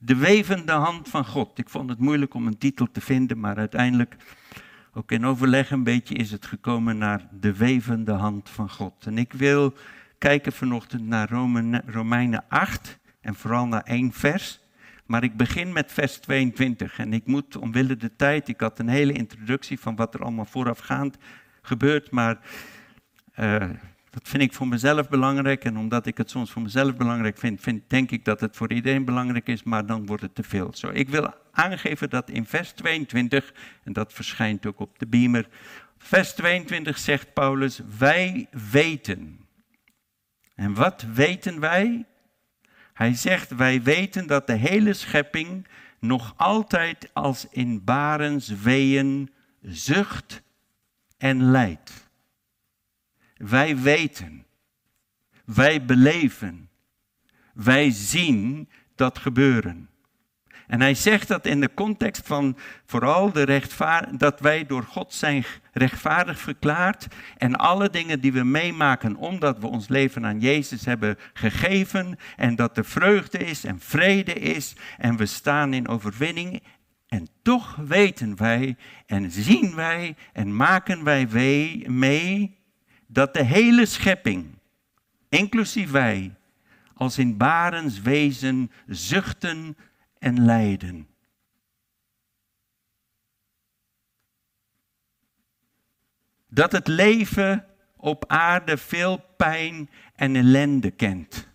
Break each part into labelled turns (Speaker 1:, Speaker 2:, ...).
Speaker 1: De wevende hand van God. Ik vond het moeilijk om een titel te vinden, maar uiteindelijk, ook in overleg een beetje, is het gekomen naar de wevende hand van God. En ik wil kijken vanochtend naar Romeinen 8 en vooral naar 1 vers. Maar ik begin met vers 22 en ik moet omwille de tijd, ik had een hele introductie van wat er allemaal voorafgaand gebeurt, maar dat vind ik voor mezelf belangrijk en omdat ik het soms voor mezelf belangrijk vind, denk ik dat het voor iedereen belangrijk is, maar dan wordt het te veel. Zo, ik wil aangeven dat in vers 22, en dat verschijnt ook op de beamer, vers 22 zegt Paulus, wij weten. En wat weten wij? Hij zegt, wij weten dat de hele schepping nog altijd als in barensweeën zucht en lijdt. Wij weten, wij beleven, wij zien dat gebeuren. En hij zegt dat in de context van vooral dat wij door God zijn rechtvaardig verklaard en alle dingen die we meemaken omdat we ons leven aan Jezus hebben gegeven en dat er vreugde is en vrede is en we staan in overwinning. En toch weten wij en zien wij en maken wij mee dat de hele schepping, inclusief wij, als in barenswezen zuchten en lijden. Dat het leven op aarde veel pijn en ellende kent.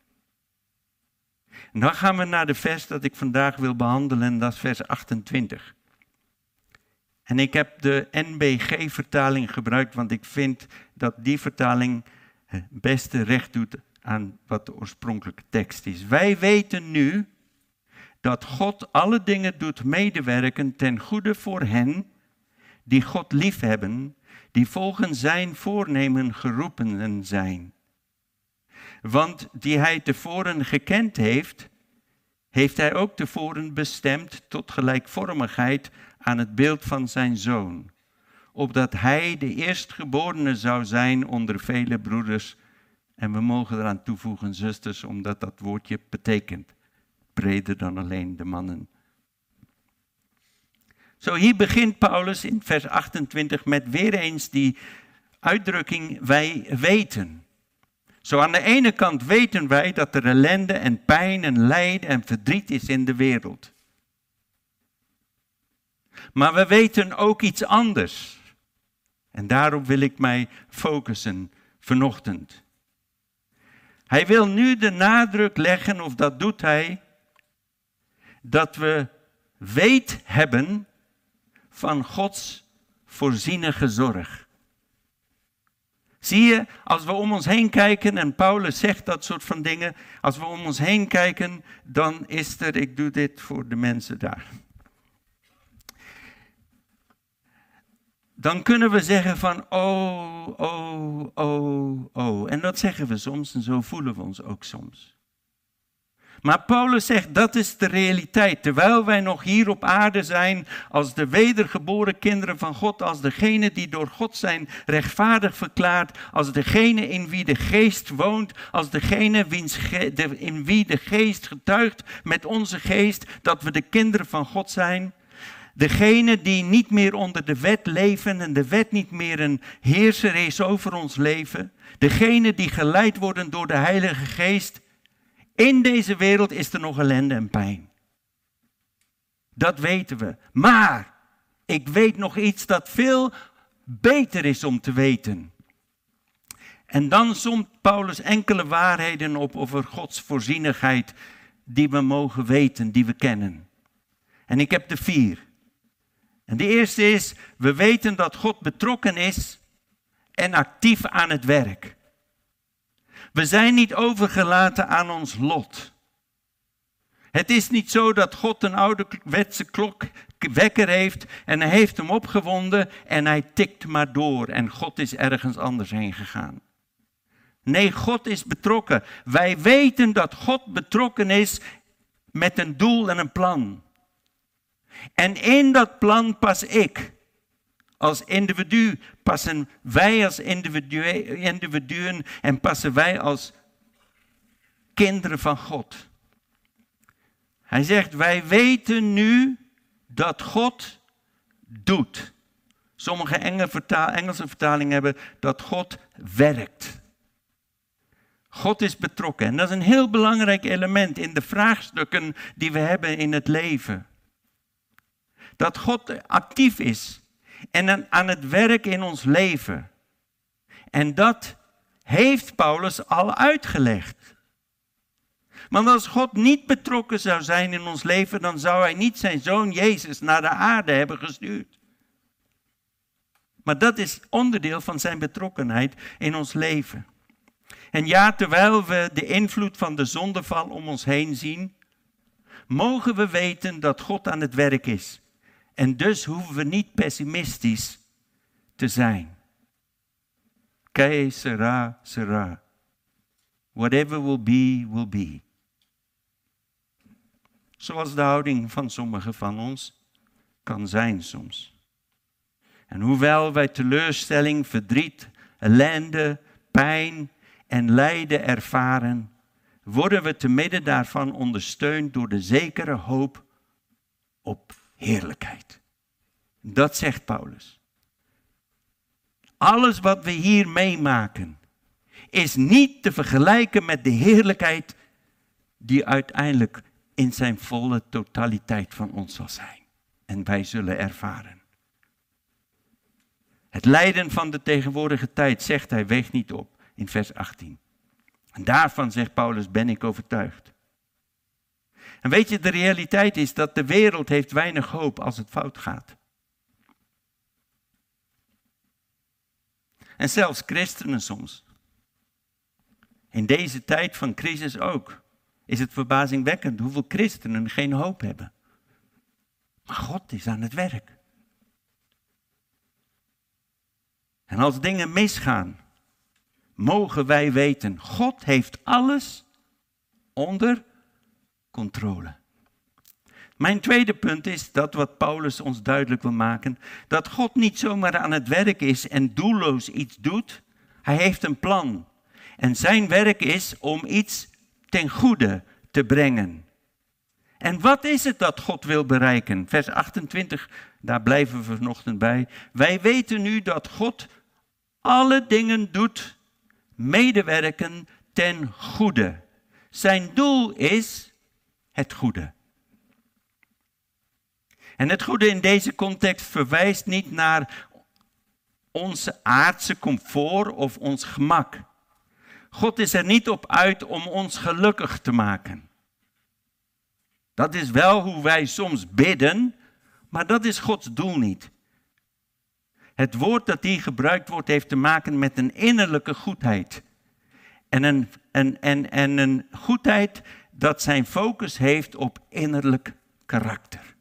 Speaker 1: En dan gaan we naar de vers dat ik vandaag wil behandelen, en dat is vers 28. En ik heb de NBG-vertaling gebruikt, want ik vind dat die vertaling het beste recht doet aan wat de oorspronkelijke tekst is. Wij weten nu dat God alle dingen doet medewerken ten goede voor hen die God liefhebben, die volgens zijn voornemen geroepenen zijn. Want die hij tevoren gekend heeft, heeft hij ook tevoren bestemd tot gelijkvormigheid aan het beeld van zijn zoon, opdat hij de eerstgeborene zou zijn onder vele broeders. En we mogen eraan toevoegen zusters, omdat dat woordje betekent breder dan alleen de mannen. Zo, hier begint Paulus in vers 28 met weer eens die uitdrukking wij weten. Zo aan de ene kant weten wij dat er ellende en pijn en lijden en verdriet is in de wereld. Maar we weten ook iets anders. En daarop wil ik mij focussen vanochtend. Hij wil nu de nadruk leggen, of dat doet hij, dat we weet hebben van Gods voorzienige zorg. Zie je, als we om ons heen kijken, en Paulus zegt dat soort van dingen, als we om ons heen kijken, dan is er, ik doe dit voor de mensen daar. Dan kunnen we zeggen van, oh. En dat zeggen we soms en zo voelen we ons ook soms. Maar Paulus zegt, dat is de realiteit. Terwijl wij nog hier op aarde zijn als de wedergeboren kinderen van God, als degene die door God zijn rechtvaardig verklaard, als degene in wie de geest woont, als degene in wie de geest getuigt met onze geest dat we de kinderen van God zijn. Degene die niet meer onder de wet leven en de wet niet meer een heerser is over ons leven. Degene die geleid worden door de Heilige Geest. In deze wereld is er nog ellende en pijn. Dat weten we. Maar ik weet nog iets dat veel beter is om te weten. En dan somt Paulus enkele waarheden op over Gods voorzienigheid die we mogen weten, die we kennen. En ik heb er 4. En de eerste is, we weten dat God betrokken is en actief aan het werk. We zijn niet overgelaten aan ons lot. Het is niet zo dat God een ouderwetse wekker heeft en hij heeft hem opgewonden en hij tikt maar door en God is ergens anders heen gegaan. Nee, God is betrokken. Wij weten dat God betrokken is met een doel en een plan. En in dat plan pas ik. Als individu passen wij als individuen en passen wij als kinderen van God. Hij zegt, wij weten nu dat God doet. Sommige Engelse vertalingen hebben dat God werkt. God is betrokken. En dat is een heel belangrijk element in de vraagstukken die we hebben in het leven. Dat God actief is en aan het werk in ons leven. En dat heeft Paulus al uitgelegd. Want als God niet betrokken zou zijn in ons leven, dan zou hij niet zijn zoon Jezus naar de aarde hebben gestuurd. Maar dat is onderdeel van zijn betrokkenheid in ons leven. En ja, terwijl we de invloed van de zondeval om ons heen zien, mogen we weten dat God aan het werk is. En dus hoeven we niet pessimistisch te zijn. Que sera, sera. Whatever will be, will be. Zoals de houding van sommigen van ons kan zijn soms. En hoewel wij teleurstelling, verdriet, ellende, pijn en lijden ervaren, worden we te midden daarvan ondersteund door de zekere hoop op heerlijkheid. Dat zegt Paulus. Alles wat we hier meemaken is niet te vergelijken met de heerlijkheid die uiteindelijk in zijn volle totaliteit van ons zal zijn. En wij zullen ervaren. Het lijden van de tegenwoordige tijd, zegt hij, weegt niet op in vers 18. En daarvan, zegt Paulus, ben ik overtuigd. En weet je, de realiteit is dat de wereld heeft weinig hoop als het fout gaat. En zelfs christenen soms. In deze tijd van crisis ook. Is het verbazingwekkend hoeveel christenen geen hoop hebben. Maar God is aan het werk. En als dingen misgaan, mogen wij weten, God heeft alles onder controle. Mijn tweede punt is dat wat Paulus ons duidelijk wil maken, dat God niet zomaar aan het werk is en doelloos iets doet. Hij heeft een plan. En zijn werk is om iets ten goede te brengen. En wat is het dat God wil bereiken? Vers 28, daar blijven we vanochtend bij. Wij weten nu dat God alle dingen doet, medewerken ten goede. Zijn doel is het goede. En het goede in deze context verwijst niet naar onze aardse comfort of ons gemak. God is er niet op uit om ons gelukkig te maken. Dat is wel hoe wij soms bidden, maar dat is Gods doel niet. Het woord dat hier gebruikt wordt heeft te maken met een innerlijke goedheid. En een goedheid dat zijn focus heeft op innerlijk karakter.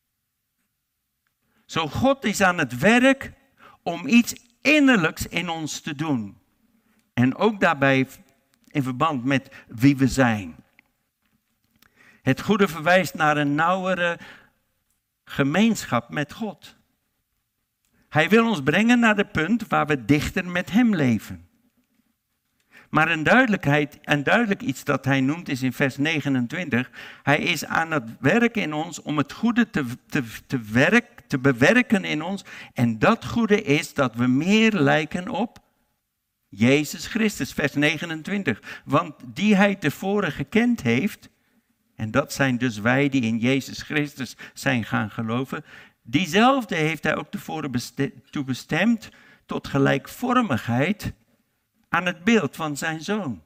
Speaker 1: Zo God is aan het werk om iets innerlijks in ons te doen. En ook daarbij in verband met wie we zijn. Het goede verwijst naar een nauwere gemeenschap met God. Hij wil ons brengen naar het punt waar we dichter met hem leven. Maar een duidelijk iets dat hij noemt is in vers 29. Hij is aan het werk in ons om het goede te bewerken in ons. En dat goede is dat we meer lijken op Jezus Christus, vers 29. Want die hij tevoren gekend heeft, en dat zijn dus wij die in Jezus Christus zijn gaan geloven, diezelfde heeft hij ook tevoren toe bestemd tot gelijkvormigheid aan het beeld van zijn zoon.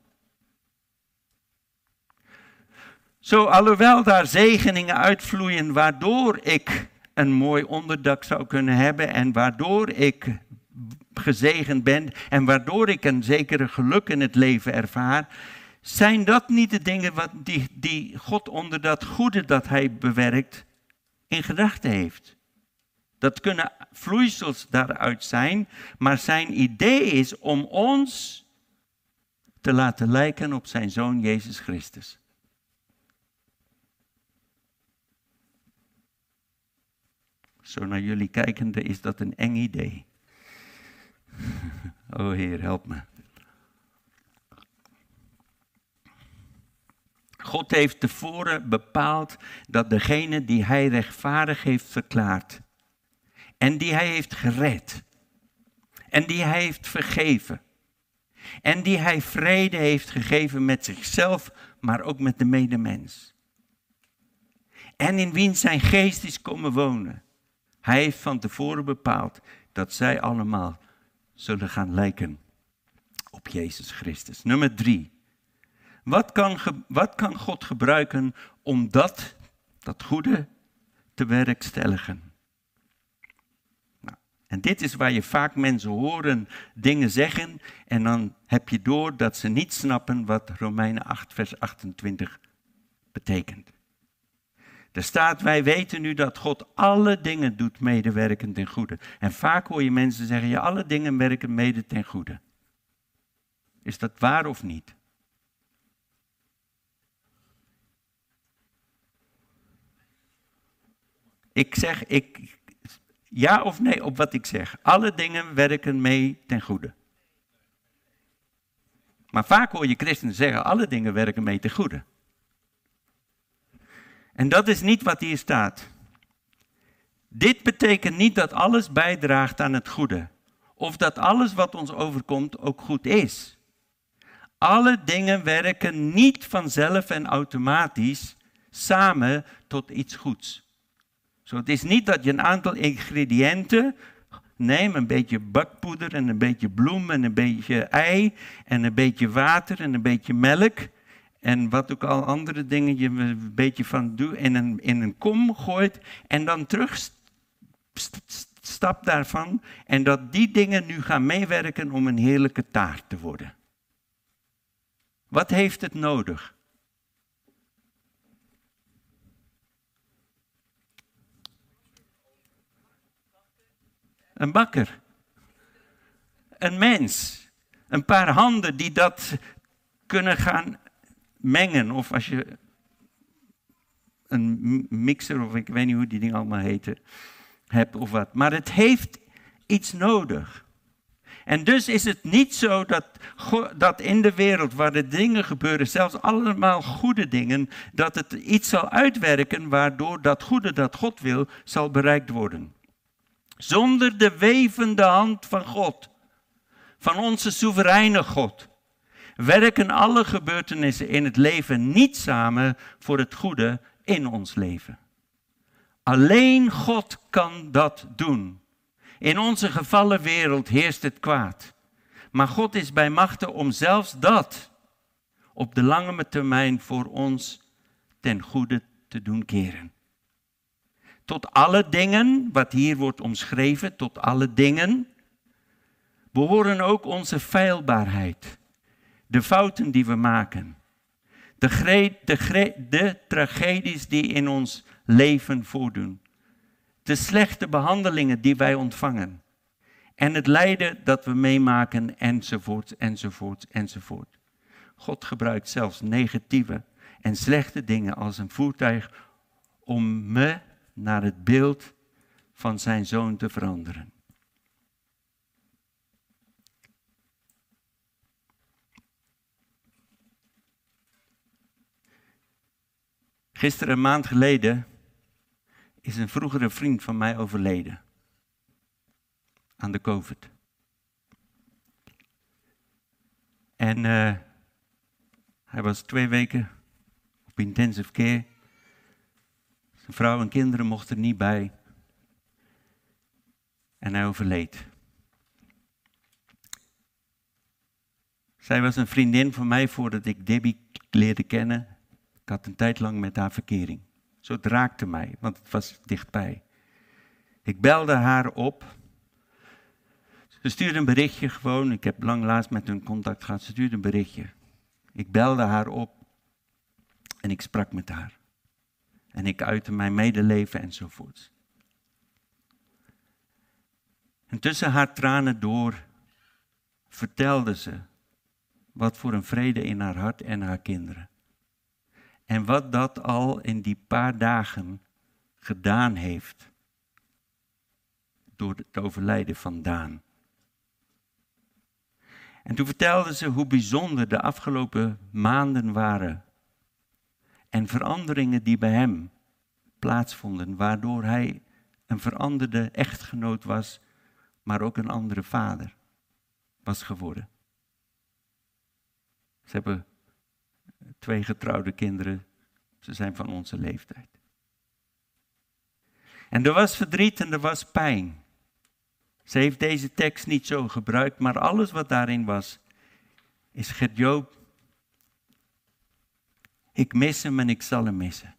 Speaker 1: Zo, alhoewel daar zegeningen uitvloeien waardoor ik een mooi onderdak zou kunnen hebben en waardoor ik gezegend ben en waardoor ik een zekere geluk in het leven ervaar, zijn dat niet de dingen die God onder dat goede dat hij bewerkt in gedachten heeft. Dat kunnen vloeisels daaruit zijn, maar zijn idee is om ons te laten lijken op zijn zoon Jezus Christus. Zo naar jullie kijkende is dat een eng idee. O Heer, help me. God heeft tevoren bepaald dat degene die hij rechtvaardig heeft verklaard en die hij heeft gered en die hij heeft vergeven en die hij vrede heeft gegeven met zichzelf, maar ook met de medemens. En in wie zijn geest is komen wonen. Hij heeft van tevoren bepaald dat zij allemaal zullen gaan lijken op Jezus Christus. Nummer 3. Wat kan God gebruiken om dat goede te werkstelligen? Nou, en dit is waar je vaak mensen horen dingen zeggen en dan heb je door dat ze niet snappen wat Romeinen 8 vers 28 betekent. Er staat, wij weten nu dat God alle dingen doet medewerken ten goede. En vaak hoor je mensen zeggen, ja, alle dingen werken mede ten goede. Is dat waar of niet? Ik zeg, ja of nee op wat ik zeg. Alle dingen werken mee ten goede. Maar vaak hoor je christenen zeggen, alle dingen werken mee ten goede. En dat is niet wat hier staat. Dit betekent niet dat alles bijdraagt aan het goede. Of dat alles wat ons overkomt ook goed is. Alle dingen werken niet vanzelf en automatisch samen tot iets goeds. Zo, het is niet dat je een aantal ingrediënten neemt, een beetje bakpoeder en een beetje bloem en een beetje ei en een beetje water en een beetje melk en wat ook al andere dingen je een beetje van doet in een kom gooit en dan terug stapt daarvan en dat die dingen nu gaan meewerken om een heerlijke taart te worden. Wat heeft het nodig? Een bakker. Een mens. Een paar handen die dat kunnen gaan mengen. Of als je een mixer of ik weet niet hoe die dingen allemaal heten hebt of wat. Maar het heeft iets nodig. En dus is het niet zo dat in de wereld waar de dingen gebeuren, zelfs allemaal goede dingen, dat het iets zal uitwerken waardoor dat goede dat God wil, zal bereikt worden. Zonder de wevende hand van God, van onze soevereine God, werken alle gebeurtenissen in het leven niet samen voor het goede in ons leven. Alleen God kan dat doen. In onze gevallen wereld heerst het kwaad. Maar God is bij machte om zelfs dat op de lange termijn voor ons ten goede te doen keren. Tot alle dingen, wat hier wordt omschreven, tot alle dingen, behoren ook onze feilbaarheid. De fouten die we maken. De tragedies die in ons leven voordoen. De slechte behandelingen die wij ontvangen. En het lijden dat we meemaken, enzovoort, enzovoort, enzovoort. God gebruikt zelfs negatieve en slechte dingen als een voertuig om me naar het beeld van zijn zoon te veranderen. Gisteren, een maand geleden, is een vroegere vriend van mij overleden. Aan de COVID. En hij was 2 weken op intensive care. Zijn vrouw en kinderen mochten er niet bij. En hij overleed. Zij was een vriendin van mij voordat ik Debbie leerde kennen. Ik had een tijd lang met haar verkering. Zo het raakte mij, want het was dichtbij. Ik belde haar op. Ze stuurde een berichtje gewoon. Ik heb lang laatst met hun contact gehad. Ze stuurde een berichtje. Ik belde haar op. En ik sprak met haar. En ik uitte mijn medeleven enzovoort. En tussen haar tranen door vertelde ze wat voor een vrede in haar hart en haar kinderen. En wat dat al in die paar dagen gedaan heeft door het overlijden van Daan. En toen vertelde ze hoe bijzonder de afgelopen maanden waren. En veranderingen die bij hem plaatsvonden, waardoor hij een veranderde echtgenoot was, maar ook een andere vader was geworden. Ze hebben 2 getrouwde kinderen, ze zijn van onze leeftijd. En er was verdriet en er was pijn. Ze heeft deze tekst niet zo gebruikt, maar alles wat daarin was, is Gert-Joop, ik mis hem en ik zal hem missen.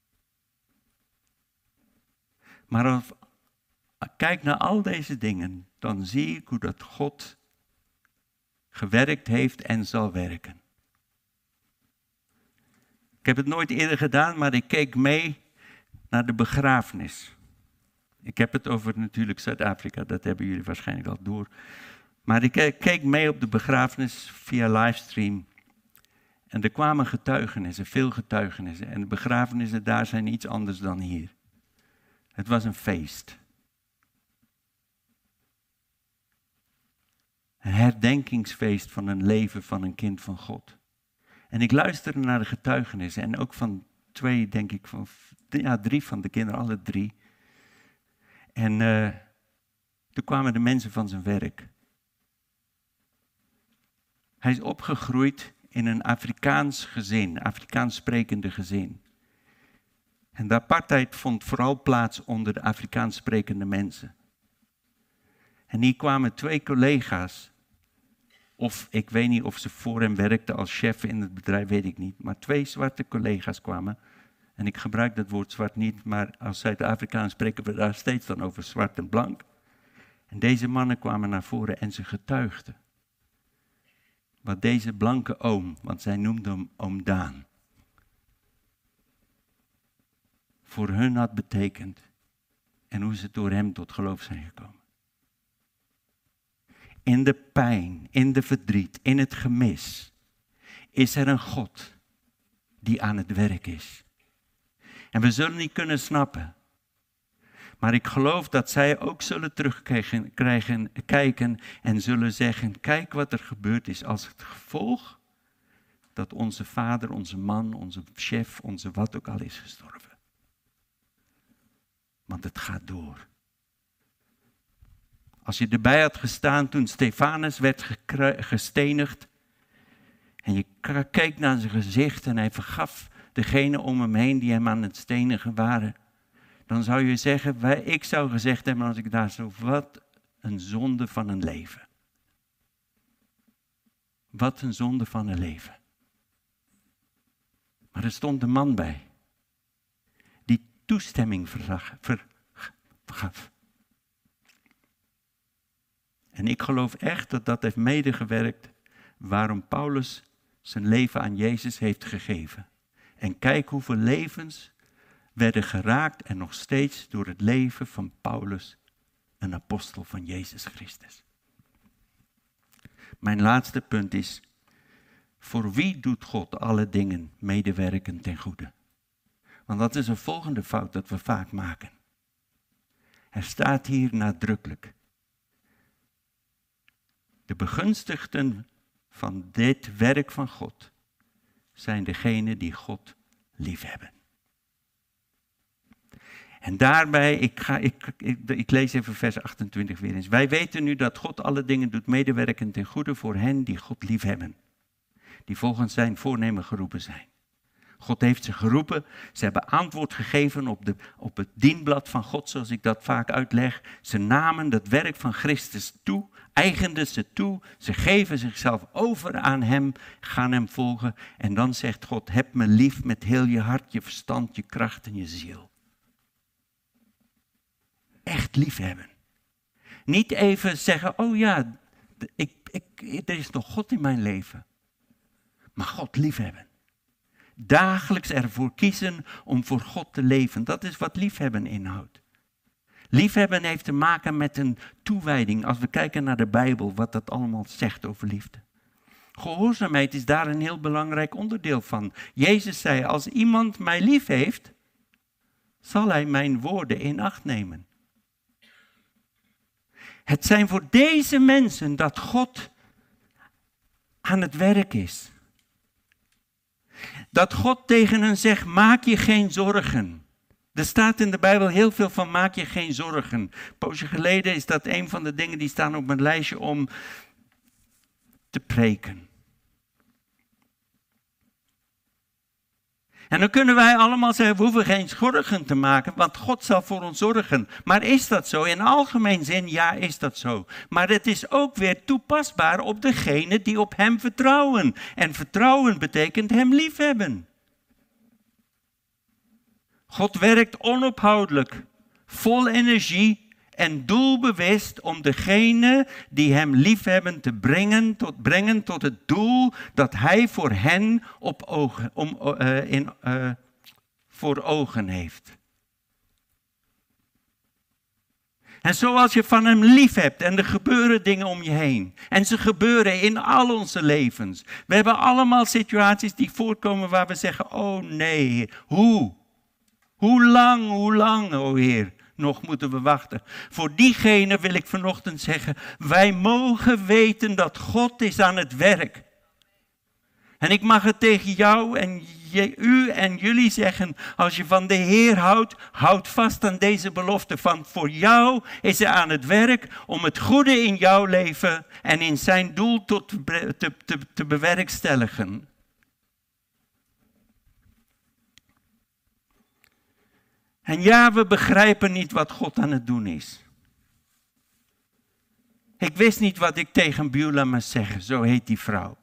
Speaker 1: Maar als ik kijk naar al deze dingen, dan zie ik hoe dat God gewerkt heeft en zal werken. Ik heb het nooit eerder gedaan, maar ik keek mee naar de begrafenis. Ik heb het over natuurlijk Zuid-Afrika, dat hebben jullie waarschijnlijk al door. Maar ik keek mee op de begrafenis via livestream. En er kwamen getuigenissen, veel getuigenissen. En de begrafenissen daar zijn iets anders dan hier. Het was een feest. Een herdenkingsfeest van een leven van een kind van God. En ik luisterde naar de getuigenissen en ook van 2, denk ik, 3 van de kinderen, alle 3. En toen kwamen de mensen van zijn werk. Hij is opgegroeid in een Afrikaans gezin, Afrikaans sprekende gezin. En de apartheid vond vooral plaats onder de Afrikaans sprekende mensen. En hier kwamen 2 collega's, of ik weet niet of ze voor hem werkten als chef in het bedrijf, weet ik niet. Maar 2 zwarte collega's kwamen. En ik gebruik dat woord zwart niet, maar als Zuid-Afrikaans spreken we daar steeds dan over zwart en blank. En deze mannen kwamen naar voren en ze getuigden. Wat deze blanke oom, want zij noemden hem oom Daan, voor hun had betekend. En hoe ze door hem tot geloof zijn gekomen. In de pijn, in de verdriet, in het gemis, is er een God die aan het werk is. En we zullen niet kunnen snappen. Maar ik geloof dat zij ook zullen kijken en zullen zeggen, kijk wat er gebeurd is als het gevolg dat onze vader, onze man, onze chef, onze wat ook al is gestorven. Want het gaat door. Als je erbij had gestaan toen Stefanus werd gestenigd en je keek naar zijn gezicht en hij vergaf degene om hem heen die hem aan het stenigen waren, dan zou je zeggen, ik zou gezegd hebben als ik daar zo, wat een zonde van een leven. Wat een zonde van een leven. Maar er stond een man bij, die toestemming vergaf. En ik geloof echt dat dat heeft medegewerkt waarom Paulus zijn leven aan Jezus heeft gegeven. En kijk hoeveel levens werden geraakt en nog steeds door het leven van Paulus, een apostel van Jezus Christus. Mijn laatste punt is, voor wie doet God alle dingen medewerken ten goede? Want dat is een volgende fout dat we vaak maken. Er staat hier nadrukkelijk. De begunstigden van dit werk van God zijn degenen die God liefhebben. En daarbij, ik lees even vers 28 weer eens. Wij weten nu dat God alle dingen doet medewerken ten goede voor hen die God liefhebben. Die volgens zijn voornemen geroepen zijn. God heeft ze geroepen. Ze hebben antwoord gegeven op het dienblad van God, zoals ik dat vaak uitleg. Ze namen het werk van Christus toe, eigenden ze toe. Ze geven zichzelf over aan hem, gaan hem volgen. En dan zegt God, heb me lief met heel je hart, je verstand, je kracht en je ziel. Echt liefhebben. Niet even zeggen, oh ja, er is nog God in mijn leven. Maar God liefhebben. Dagelijks ervoor kiezen om voor God te leven. Dat is wat liefhebben inhoudt. Liefhebben heeft te maken met een toewijding. Als we kijken naar de Bijbel, wat dat allemaal zegt over liefde. Gehoorzaamheid is daar een heel belangrijk onderdeel van. Jezus zei, als iemand mij lief heeft, zal hij mijn woorden in acht nemen. Het zijn voor deze mensen dat God aan het werk is. Dat God tegen hen zegt, maak je geen zorgen. Er staat in de Bijbel heel veel van maak je geen zorgen. Een poosje geleden is dat een van de dingen die staan op mijn lijstje om te preken. En dan kunnen wij allemaal zeggen, we hoeven geen zorgen te maken, want God zal voor ons zorgen. Maar is dat zo? In algemeen zin, ja, is dat zo. Maar het is ook weer toepasbaar op degenen die op hem vertrouwen. En vertrouwen betekent hem liefhebben. God werkt onophoudelijk, vol energie en doelbewust om degenen die hem liefhebben te brengen tot het doel dat hij voor hen voor ogen heeft. En zoals je van hem lief hebt en er gebeuren dingen om je heen. En ze gebeuren in al onze levens. We hebben allemaal situaties die voorkomen waar we zeggen, oh nee, hoe? Hoe lang, o Heer, nog moeten we wachten? Voor diegene wil ik vanochtend zeggen, wij mogen weten dat God is aan het werk. En ik mag het tegen jou en u en jullie zeggen, als je van de Heer houdt, houd vast aan deze belofte. Van voor jou is hij aan het werk om het goede in jouw leven en in zijn doel te bewerkstelligen. En ja, we begrijpen niet wat God aan het doen is. Ik wist niet wat ik tegen Beulah moest zeggen, zo heet die vrouw.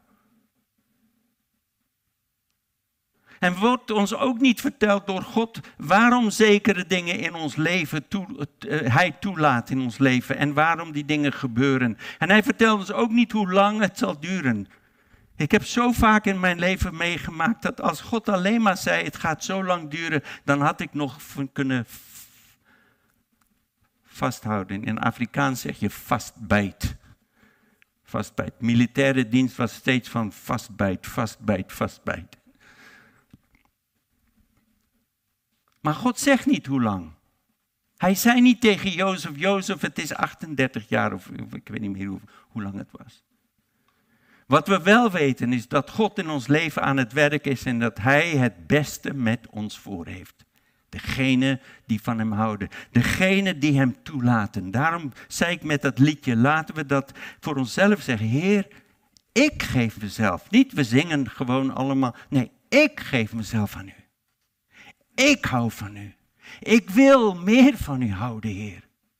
Speaker 1: En wordt ons ook niet verteld door God waarom zekere dingen in ons leven hij toelaat in ons leven en waarom die dingen gebeuren. En hij vertelt ons ook niet hoe lang het zal duren. Ik heb zo vaak in mijn leven meegemaakt dat als God alleen maar zei het gaat zo lang duren, dan had ik nog kunnen vasthouden. In Afrikaans zeg je vastbijt. Vastbijt. Militaire dienst was steeds van vastbijt. Maar God zegt niet hoe lang. Hij zei niet tegen Jozef, het is 38 jaar of ik weet niet meer hoe lang het was. Wat we wel weten is dat God in ons leven aan het werk is en dat hij het beste met ons voor heeft. Degene die van hem houden. Degene die hem toelaten. Daarom zei ik met dat liedje, laten we dat voor onszelf zeggen. Heer, ik geef mezelf. Niet we zingen gewoon allemaal. Nee, ik geef mezelf aan u. Ik hou van u. Ik wil meer van u houden, Heer.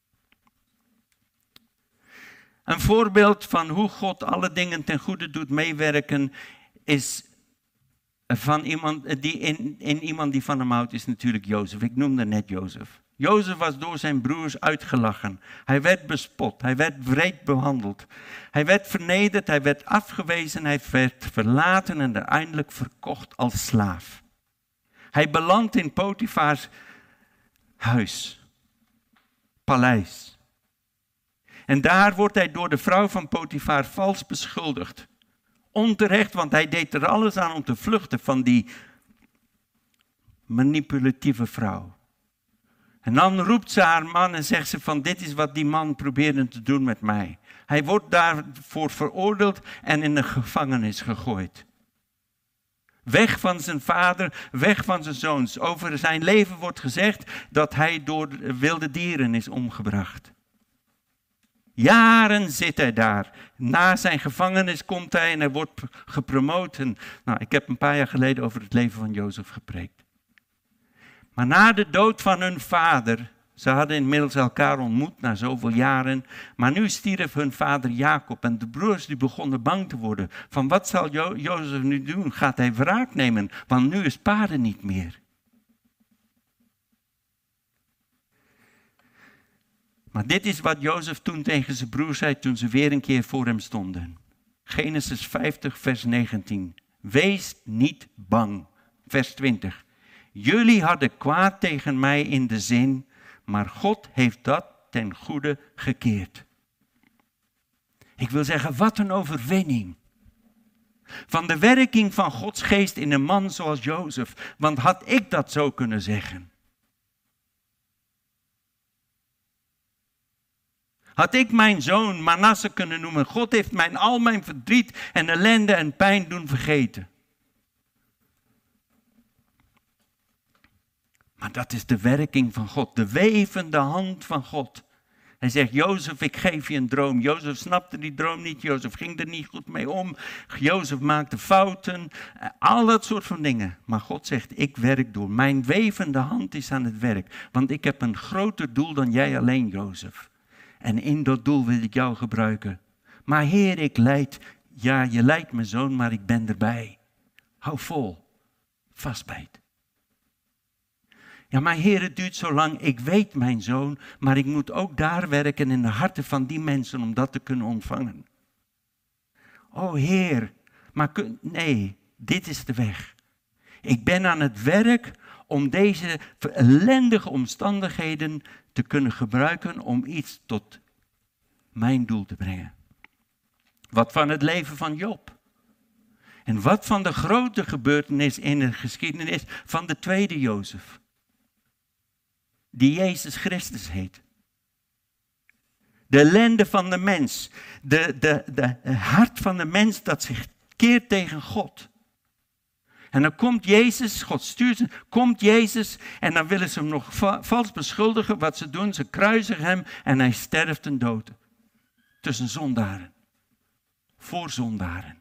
Speaker 1: Een voorbeeld van hoe God alle dingen ten goede doet meewerken is van iemand die in iemand die van hem houdt is natuurlijk Jozef. Ik noemde net Jozef. Jozef was door zijn broers uitgelachen. Hij werd bespot. Hij werd wreed behandeld. Hij werd vernederd. Hij werd afgewezen. Hij werd verlaten en uiteindelijk verkocht als slaaf. Hij belandt in Potifars huis, paleis. En daar wordt hij door de vrouw van Potifar vals beschuldigd. Onterecht, want hij deed er alles aan om te vluchten van die manipulatieve vrouw. En dan roept ze haar man en zegt ze van dit is wat die man probeerde te doen met mij. Hij wordt daarvoor veroordeeld en in de gevangenis gegooid. Weg van zijn vader, weg van zijn zoons. Over zijn leven wordt gezegd dat hij door wilde dieren is omgebracht. Jaren zit hij daar. Na zijn gevangenis komt hij en hij wordt gepromoot. Nou, ik heb een paar jaar geleden over het leven van Jozef gepreekt. Maar na de dood van hun vader, ze hadden inmiddels elkaar ontmoet na zoveel jaren, maar nu stierf hun vader Jacob en de broers die begonnen bang te worden. Van wat zal Jozef nu doen? Gaat hij wraak nemen? Want nu is pa er niet meer. Maar dit is wat Jozef toen tegen zijn broers zei toen ze weer een keer voor hem stonden. Genesis 50 vers 19. Wees niet bang. Vers 20. Jullie hadden kwaad tegen mij in de zin, maar God heeft dat ten goede gekeerd. Ik wil zeggen, wat een overwinning. Van de werking van Gods geest in een man zoals Jozef. Want had ik dat zo kunnen zeggen? Had ik mijn zoon Manasse kunnen noemen? God heeft al mijn verdriet en ellende en pijn doen vergeten. Maar dat is de werking van God, de wevende hand van God. Hij zegt, Jozef, ik geef je een droom. Jozef snapte die droom niet, Jozef ging er niet goed mee om. Jozef maakte fouten, al dat soort van dingen. Maar God zegt, ik werk door. Mijn wevende hand is aan het werk. Want ik heb een groter doel dan jij alleen, Jozef. En in dat doel wil ik jou gebruiken. Maar Heer, ik leid. Ja, je leidt mijn zoon, maar ik ben erbij. Hou vol. Vastbijt. Ja, maar Heer, het duurt zo lang. Ik weet mijn zoon, maar ik moet ook daar werken in de harten van die mensen om dat te kunnen ontvangen. Oh Heer, maar nee, dit is de weg. Ik ben aan het werk om deze ellendige omstandigheden te kunnen gebruiken om iets tot mijn doel te brengen. Wat van het leven van Job. En wat van de grote gebeurtenis in de geschiedenis van de tweede Jozef. Die Jezus Christus heet. De ellende van de mens. De hart van de mens dat zich keert tegen God. En dan komt Jezus, God stuurt ze, komt Jezus en dan willen ze hem nog vals beschuldigen. Wat ze doen, ze kruisigen hem en hij sterft een dood. Tussen zondaren. Voor zondaren.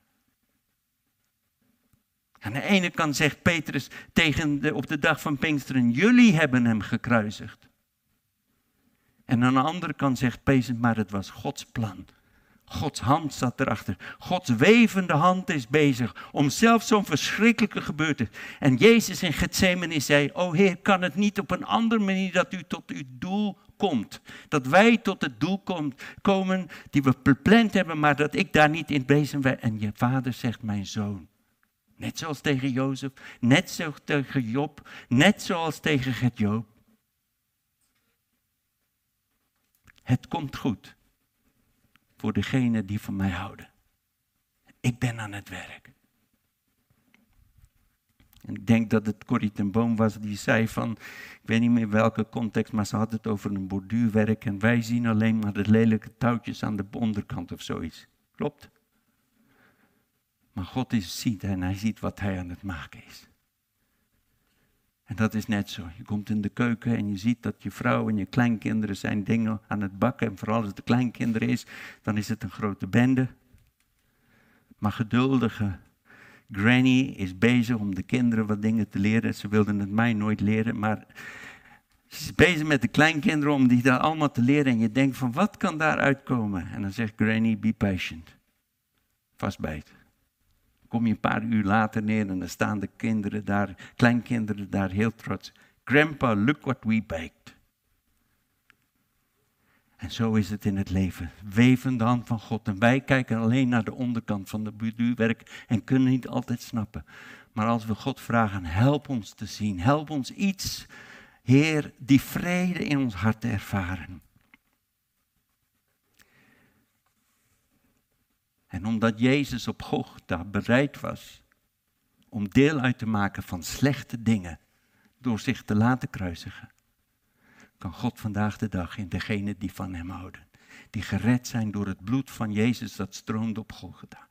Speaker 1: Aan de ene kant zegt Petrus op de dag van Pinksteren, jullie hebben hem gekruisigd. En aan de andere kant zegt Petrus, maar het was Gods plan. Gods hand zat erachter. Gods wevende hand is bezig om zelfs zo'n verschrikkelijke gebeurtenis. En Jezus in Getsemane zei, o Heer, kan het niet op een andere manier dat u tot uw doel komt. Dat wij tot het doel komen die we gepland hebben, maar dat ik daar niet in bezig ben. En je vader zegt, mijn zoon. Net zoals tegen Jozef, net zoals tegen Job, net zoals tegen Gert-Joop. Het komt goed voor degenen die van mij houden. Ik ben aan het werk. En ik denk dat het Corrie ten Boom was die zei van, ik weet niet meer welke context, maar ze had het over een borduurwerk en wij zien alleen maar de lelijke touwtjes aan de onderkant of zoiets. Klopt? Maar God ziet en hij ziet wat hij aan het maken is. En dat is net zo. Je komt in de keuken en je ziet dat je vrouw en je kleinkinderen zijn dingen aan het bakken. En vooral als het de kleinkinderen is, dan is het een grote bende. Maar geduldige Granny is bezig om de kinderen wat dingen te leren. Ze wilden het mij nooit leren, maar ze is bezig met de kleinkinderen om die daar allemaal te leren. En je denkt van, wat kan daaruit komen? En dan zegt Granny, be patient. Vastbijt. Kom je een paar uur later neer en dan staan de kinderen daar, kleinkinderen daar heel trots. Grandpa, look what we baked. En zo is het in het leven. Wevende hand van God. En wij kijken alleen naar de onderkant van het borduurwerk en kunnen niet altijd snappen. Maar als we God vragen, help ons te zien. Help ons iets, Heer, die vrede in ons hart te ervaren. En omdat Jezus op Golgotha bereid was om deel uit te maken van slechte dingen door zich te laten kruisigen, kan God vandaag de dag in degenen die van hem houden, die gered zijn door het bloed van Jezus dat stroomde op Golgotha,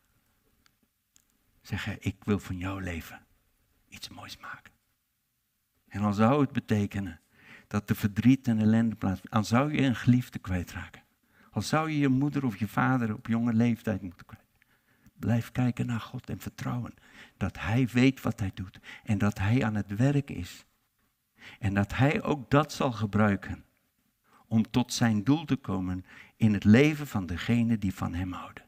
Speaker 1: zeggen, ik wil van jouw leven iets moois maken. En al zou het betekenen dat de verdriet en ellende plaatsvindt, al zou je een geliefde kwijtraken. Al zou je je moeder of je vader op jonge leeftijd moeten kwijt. Blijf kijken naar God en vertrouwen dat hij weet wat hij doet. En dat hij aan het werk is. En dat hij ook dat zal gebruiken om tot zijn doel te komen in het leven van degenen die van hem houden.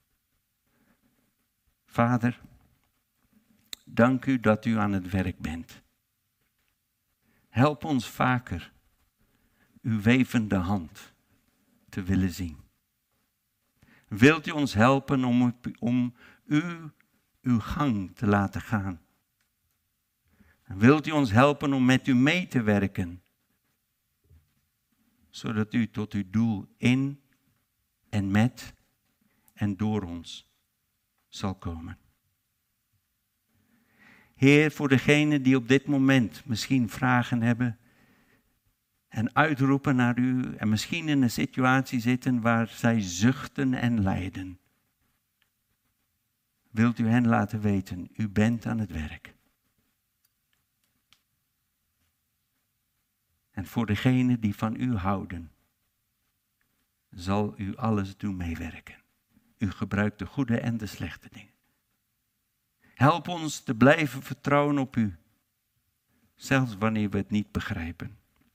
Speaker 1: Vader, dank u dat u aan het werk bent. Help ons vaker uw wevende hand te willen zien. Wilt u ons helpen om uw gang te laten gaan? Wilt u ons helpen om met u mee te werken? Zodat u tot uw doel in en met en door ons zal komen. Heer, voor degenen die op dit moment misschien vragen hebben en uitroepen naar u en misschien in een situatie zitten waar zij zuchten en lijden. Wilt u hen laten weten, u bent aan het werk. En voor degenen die van u houden, zal u alles doen meewerken. U gebruikt de goede en de slechte dingen. Help ons te blijven vertrouwen op u, zelfs wanneer we het niet begrijpen.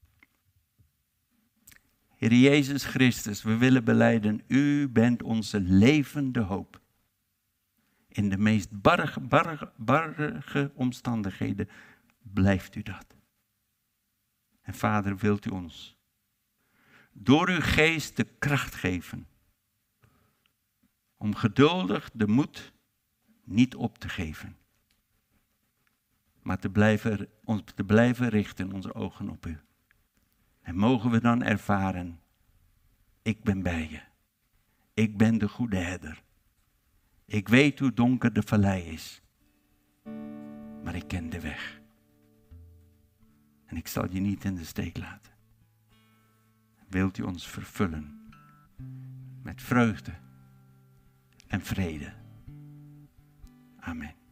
Speaker 1: Heer Jezus Christus, we willen belijden, u bent onze levende hoop. In de meest barge omstandigheden blijft u dat. En Vader, wilt u ons door uw geest de kracht geven om geduldig de moed niet op te geven, maar te blijven richten onze ogen op u. En mogen we dan ervaren, ik ben bij je. Ik ben de goede herder. Ik weet hoe donker de vallei is, maar ik ken de weg. En ik zal je niet in de steek laten. Wilt u ons vervullen met vreugde en vrede. Amen.